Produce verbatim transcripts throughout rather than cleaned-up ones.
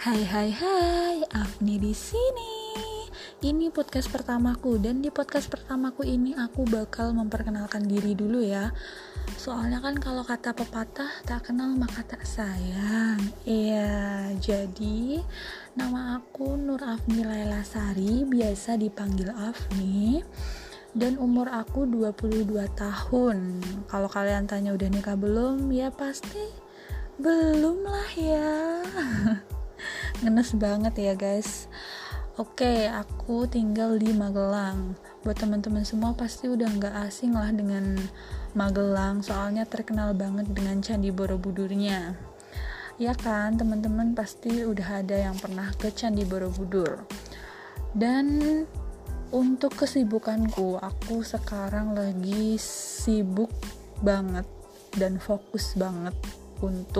Hai hai hai, Afni di sini. Ini podcast pertamaku dan di podcast pertamaku ini aku bakal memperkenalkan diri dulu ya. Soalnya kan kalau kata pepatah tak kenal maka tak sayang. Iya, jadi nama aku Nur Afni Laila Sari, biasa dipanggil Afni. Dan umur aku dua puluh dua tahun. Kalau kalian tanya udah nikah belum? Ya pasti belum lah ya. Ngenes banget ya guys. Oke, aku tinggal di Magelang. Buat teman-teman semua pasti udah gak asing lah dengan Magelang, soalnya terkenal banget dengan Candi Borobudurnya. Ya kan, teman-teman pasti udah ada yang pernah ke Candi Borobudur. Dan untuk kesibukanku, aku sekarang lagi sibuk banget dan fokus banget untuk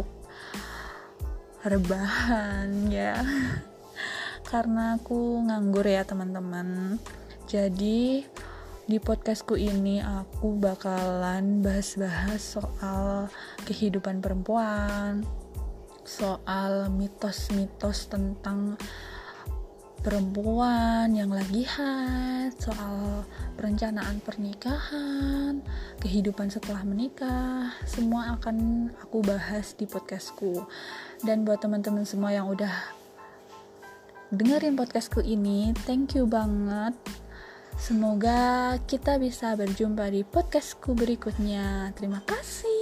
rebahan ya. Karena aku nganggur ya teman-teman. Jadi di podcastku ini aku bakalan bahas-bahas soal kehidupan perempuan, soal mitos-mitos tentang perempuan yang lagi hot, soal perencanaan pernikahan, kehidupan setelah menikah, semua akan aku bahas di podcastku. Dan buat teman-teman semua yang udah dengerin podcastku ini, thank you banget. Semoga kita bisa berjumpa di podcastku berikutnya. Terima kasih.